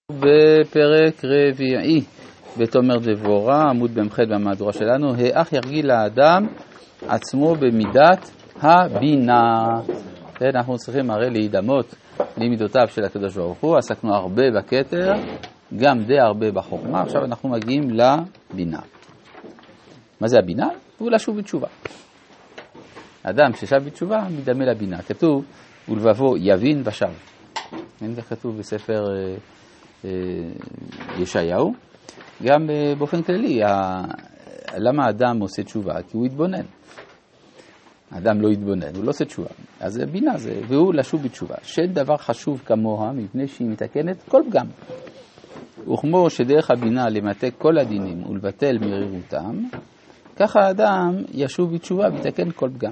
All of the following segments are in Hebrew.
בפרק רביעי בתומר דבורה, עמוד במ"ח במהדורה שלנו, האח ירגיל האדם עצמו במידת הבינה. אנחנו צריכים הרי להידמות למידותיו של הקדוש ברוך הוא. עסקנו הרבה בכתר, גם די הרבה בחוכמה. עכשיו אנחנו מגיעים לבינה. מה זה הבינה? הוא לשוב בתשובה. אדם ששב בתשובה מדמה לבינה. כתוב ולבבו יבין ושב. זה כתוב בספר ישעיהו. גם באופן כללי, למה האדם עושה תשובה? כי הוא יתבונן. האדם לא יתבונן, הוא לא עושה תשובה. אז בינה זה, והוא לשוב בתשובה. שאין דבר חשוב כמוה, מפני שהיא מתקנת כל פגם. וכמו שדרך הבינה למתק כל הדינים ולבטל מרירותם, ככה האדם ישוב בתשובה ויתקן כל פגם.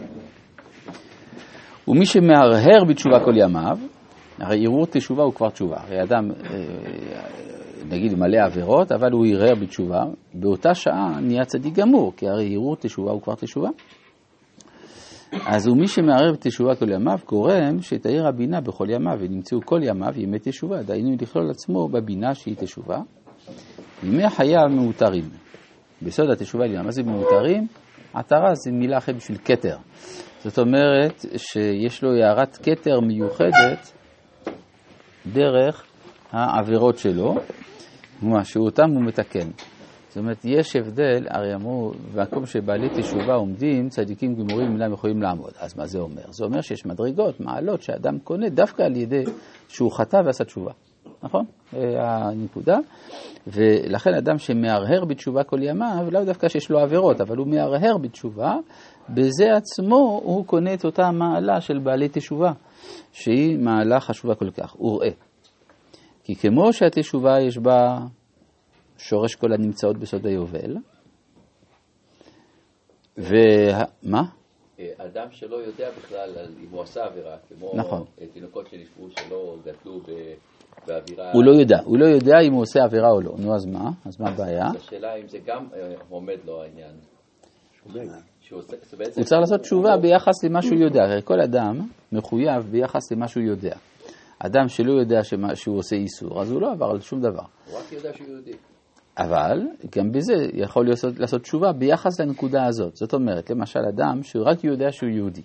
ומי שמהרהר בתשובה כל ימיו, הרי ערעור תשובה הוא כבר תשובה. הרי אדם, נגיד, מלא עבירות, אבל הוא ירהר בתשובה, באותה שעה נהיה צדיק גמור, כי הרי ערעור תשובה הוא כבר תשובה. אז ומי שמערער בתשובה כל ימיו, גורם שתאיר הבינה בכל ימיו, ונמצאו כל ימיו ימי תשובה, דהיינו לכלול עצמו בבינה שהיא תשובה. ימי החיה מאותרים. בסוד התשובה, מה זה מאותרים? עטרה זה מילה אחרת בשביל כתר. זאת אומרת שיש לו הערת כתר מיוחדת דרך העבירות שלו, שאותם הוא מתקן. זאת אומרת, יש הבדל, הרי אמרו, במקום שבעלי תשובה עומדים, צדיקים גמורים אינם יכולים לעמוד. אז מה זה אומר? זה אומר שיש מדרגות, מעלות, שאדם קונה דווקא על ידי שהוא חטא ועשה תשובה. נכון? הנקודה. ולכן אדם שמהרהר בתשובה כל ימיו, לא דווקא שיש לו עבירות, אבל הוא מהרהר בתשובה, בזה עצמו הוא קונה את אותה מעלה של בעלי תשובה, שהיא מעלה חשובה כל כך. הוא ראה. כי כמו שהתשובה יש בה שורש כל הנמצאות בסוד היובל, ומה? אדם שלא יודע בכלל אם הוא עשה עבירה, כמו נכון. תינוקות שנשפו שלא גדלו באווירה. הוא לא יודע אם הוא עושה עבירה או לא. נו, אז מה? אז מה הבעיה? השאלה אם זה גם עומד לו העניין. הוא צריך לעשות תשובה ביחס למה שהוא יודע. הרי כל אדם מחויב ביחס למה שהוא יודע. אדם שלא יודע שהוא עושה איסור, אז הוא לא עבר על שום דבר. הוא רק יודע שהוא יהודי. אבל גם בזה יכול לעשות תשובה ביחס לנקודה הזאת. זאת אומרת, למשל אדם שהוא רק יודע שהוא יהודי.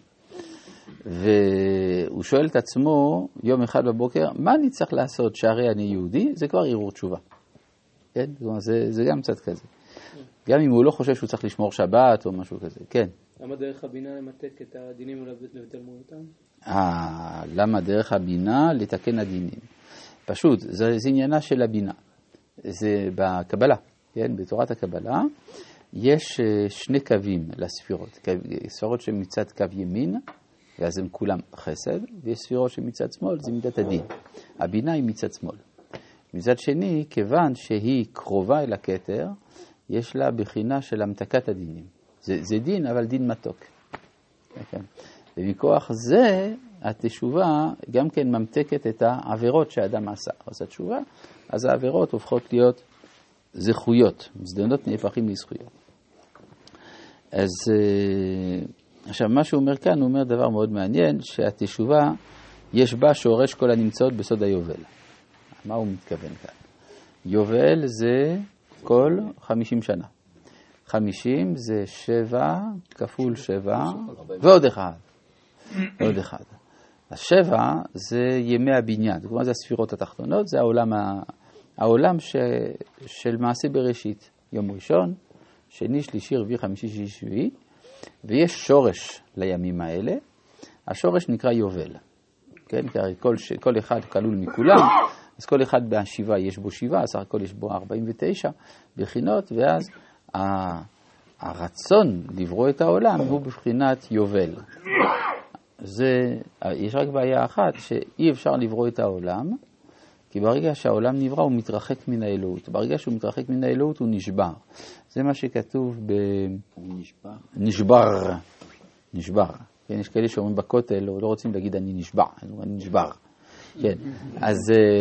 והוא שואל את עצמו יום אחד בבוקר, מה אני צריך לעשות שהרי אני יהודי? זה כבר ערעור תשובה. כן? זה גם קצת כזה. גם אם הוא לא חושב שהוא צריך לשמור שבת או משהו כזה. כן. למה דרך הבינה למתק את הדינים ולבטל מותם? למה דרך הבינה לתקן הדינים? פשוט, זה עניינה של הבינה. זה בקבלה, כן? בתורת הקבלה יש שני קווים לספירות. ספירות שמצד קו ימין, ואז הם כולם חסד, ויש ספירות שמצד שמאל, זה מידת הדין. הבינה היא מצד שמאל. מצד שני, כיוון שהיא קרובה אל הכתר, יש לה בחינה של המתקת הדינים. זה דין, אבל דין מתוק. כן? ומכוח זה, התשובה גם כן ממתקת את העבירות שהאדם עשה תשובה, אז העבירות הופכות להיות זכויות. זדונות נהפכים לזכויות. אז עכשיו, מה שהוא אומר כאן, הוא אומר דבר מאוד מעניין, שהתשובה, יש בה שורש כל הנמצאות בסוד היובל. מה הוא מתכוון כאן? יובל זה כל 50 שנה. 50 זה 7 כפול 7 ועוד אחד. עוד אחד. אז 7 זה ימי הבניין. כלומר, זה הספירות התחתונות, זה העולם של מעשה בראשית. יום ראשון, שני, שלישי, רביעי, חמישי, שישי, שביעי. ויש שורש לימים האלה. השורש נקרא יובל. כן? כי הרי כל אחד כלול מכולם. אז כל אחד בשבעה יש בו 7, סך הכל יש בו 49 בחינות, ואז הרצון לברוא את העולם הוא בבחינת יובל. יש רק בעיה אחת, שאי אפשר לברוא את העולם, כי ברגע שהעולם נברא הוא מתרחק מן האלוהות. ברגע שהוא מתרחק מן האלוהות הוא נשבר. זה מה שכתוב נשבר. כן, יש כאלה שאומרים בכותל, לא רוצים להגיד אני נשבע, אני נשבר. כן, אז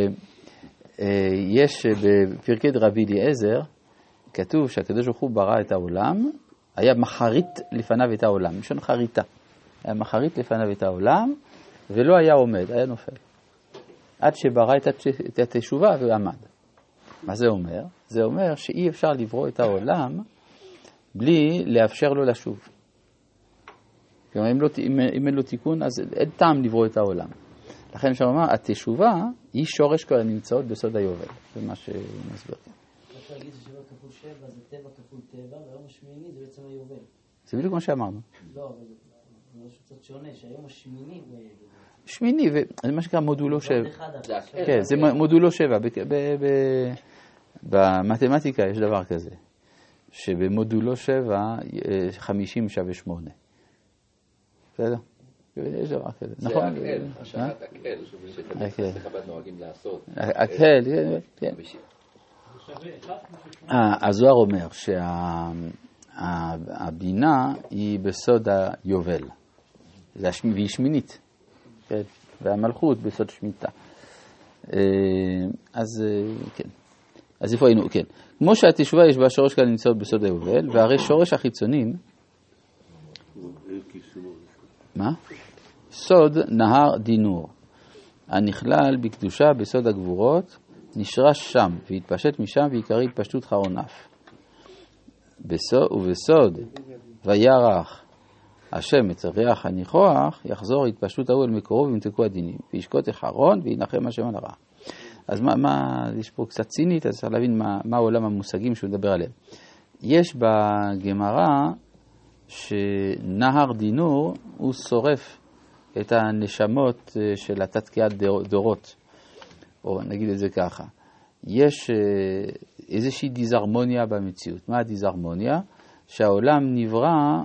יש בפרקי דרבי אליעזר, כתוב שהקדוש ברוך הוא ברא את העולם, היה מחריט לפניו את העולם, משון חריטה. היה מחריט לפניו את העולם, ולא היה עומד, היה נופל. עד שברא את התשובה ועמד. מה זה אומר? זה אומר שאי אפשר לברוא את העולם בלי לאפשר לו לשוב. כלומר, אם אין לו תיקון, אז אין טעם לברוא את העולם. לכן אפשר לומר, התשובה היא שורש כל הנמצאות בסוד היובל. זה מה שהוא מסביר. אפשר להגיד ששבע כפול 7 זה טבע כפול טבע, והיום השמיני זה בעצם היובל. זה בדיוק מה שאמרנו. לא, אבל זה משהו קצת שונה, שהיום השמיני שמיני, זה מה שנקרא מודולו 7. זה כן, זה מודולו 7. במתמטיקה יש דבר כזה, שבמודולו 7 50 שווה 8. בסדר? יש דבר כזה. זה נכון? הקל, השערת הקל, שתמיד בחב"ד נוהגים לעשות. הקל, כן. הזוהר אומר שהבינה היא בסוד היובל, והיא שמינית, כן? והמלכות בסוד שמיטה. אז כן. אז איפה היינו? כן. כמו שהתשובה יש בה שורש כאן נמצאות בסוד היובל, והרי שורש החיצונים, מה? סוד נהר דינור, הנכלל בקדושה בסוד הגבורות, נשרש שם והתפשט משם ועיקרי התפשטות חרון אף. ובסוד וירח השם את ריח הניחוח, יחזור התפשטות ההוא אל מקורו וימתקו הדינים, וישקוט החרון וינחם השם על הרע. אז יש פה קצת צינית, אז צריך להבין מה עולם המושגים שהוא מדבר עליהם. יש בגמרא שנהר דינור הוא שורף את הנשמות של התת-קהת דורות, או נגיד את זה ככה. יש איזושהי דיזרמוניה במציאות. מה הדיזרמוניה? שהעולם נברא,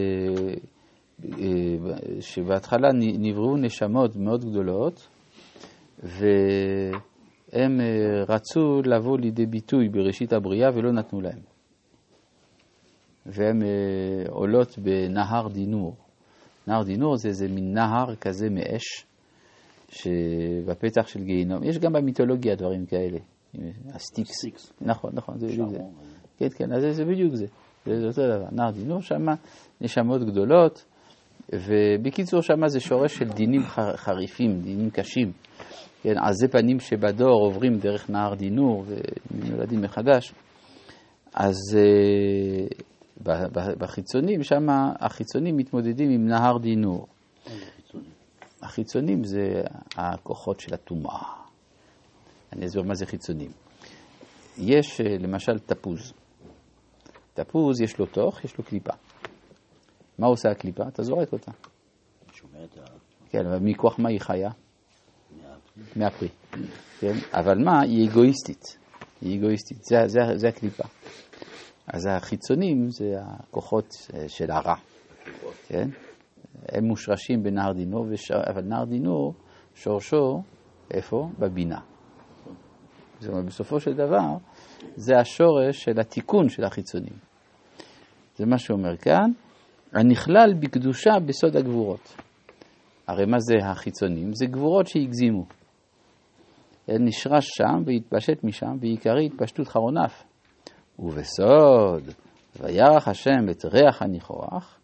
שבהתחלה נבראו נשמות מאוד גדולות, והם רצו לבוא לידי ביטוי בראשית הבריאה ולא נתנו להם. והן עולות בנהר דינור. נהר דינור זה איזה מין נהר כזה מאש, שבפתח של גיהינום. יש גם במיתולוגיה דברים כאלה. הסטיקס. נכון, זה בדיוק זה. כן, כן, אז זה בדיוק זה. זה אותו דבר. נהר דינור שם, נשמות גדולות, ובקיצור שם זה שורש של דינים חריפים, דינים קשים. כן, עזי פנים שבדור עוברים דרך נהר דינור ונולדים מחדש. אז בחיצונים, שם החיצונים מתמודדים עם נהר דינור. החיצונים זה הכוחות של הטומאה. אני אסביר מה זה חיצונים. יש למשל תפוז. תפוז יש לו תוך, יש לו קליפה. מה עושה הקליפה? אתה זורק אותה. כן, אבל מכוח מה היא חיה? מהפרי. כן? אבל מה? היא אגואיסטית. היא אגואיסטית. זה הקליפה. אז החיצונים זה הכוחות של הרע. כן? הם מושרשים בנהר דינור, אבל נהר דינור שורשו איפה? בבינה. זאת אומרת, בסופו של דבר, זה השורש של התיקון של החיצונים. זה מה שאומר כאן, הנכלל בקדושה בסוד הגבורות. הרי מה זה החיצונים? זה גבורות שהגזימו. נשרש שם והתפשט משם, ועיקרי התפשטות חרון אף. ובסוד, וירח השם את ריח הניחוח,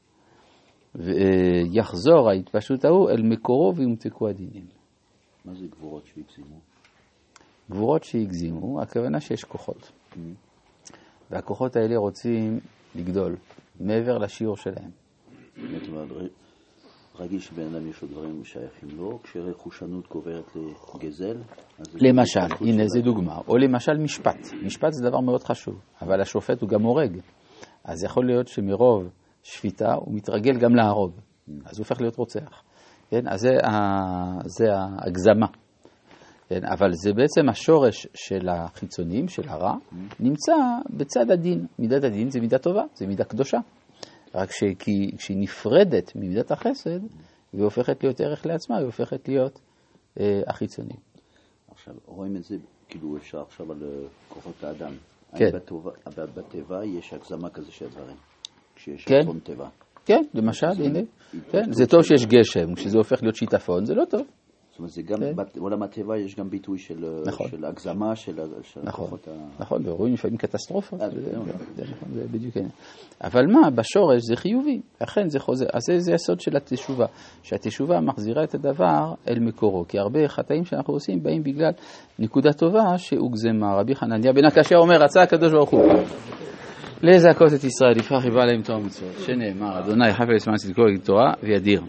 ויחזור ההתפשטות ההוא אל מקורו וימתקו הדינים. מה זה גבורות שהגזימו? גבורות שהגזימו, הכוונה שיש כוחות. והכוחות האלה רוצים לגדול, מעבר לשיעור שלהם. זאת אומרת, רגיל שבן אדם יש לו דברים שייכים לו, כשרכושנות גוברת לגזל. למשל, הנה זה דוגמה, או למשל משפט. משפט זה דבר מאוד חשוב, אבל השופט הוא גם הורג. אז יכול להיות שמרוב שפיטה הוא מתרגל גם להרוג. אז הוא הופך להיות רוצח. כן? אז זה ההגזמה. כן? אבל זה בעצם השורש של החיצונים, של הרע, נמצא בצד הדין. מידת הדין זה מידה טובה, זה מידה קדושה. רק כשהיא נפרדת ממידת החסד, והיא הופכת להיות ערך לעצמה, היא הופכת להיות החיצונים. עכשיו, רואים את זה, כאילו אפשר עכשיו על כוחות האדם. כן. בטבע יש הגזמה כזה של דברים. כשיש כן. אסון טבע. כן, למשל, הנה. כן. זה טוב שיש גשם, כשזה הופך להיות שיטפון, זה לא טוב. זאת אומרת, זה גם, בעולם הטבע יש גם ביטוי של הגזמה, של הכוחות ה... נכון, ורואים לפעמים קטסטרופה, זה בדיוק העניין. אבל מה, בשורש זה חיובי, לכן זה חוזר, אז זה הסוד של התשובה, שהתשובה מחזירה את הדבר אל מקורו, כי הרבה חטאים שאנחנו עושים באים בגלל נקודה טובה שהוגזמה. רבי חנניה בן עקשיא אומר, רצה הקדוש ברוך הוא לזכות את ישראל, יפרח יבא להם תורה ומצוות, שנאמר, אדוני חפץ למען צדקו ולתורה וידיר.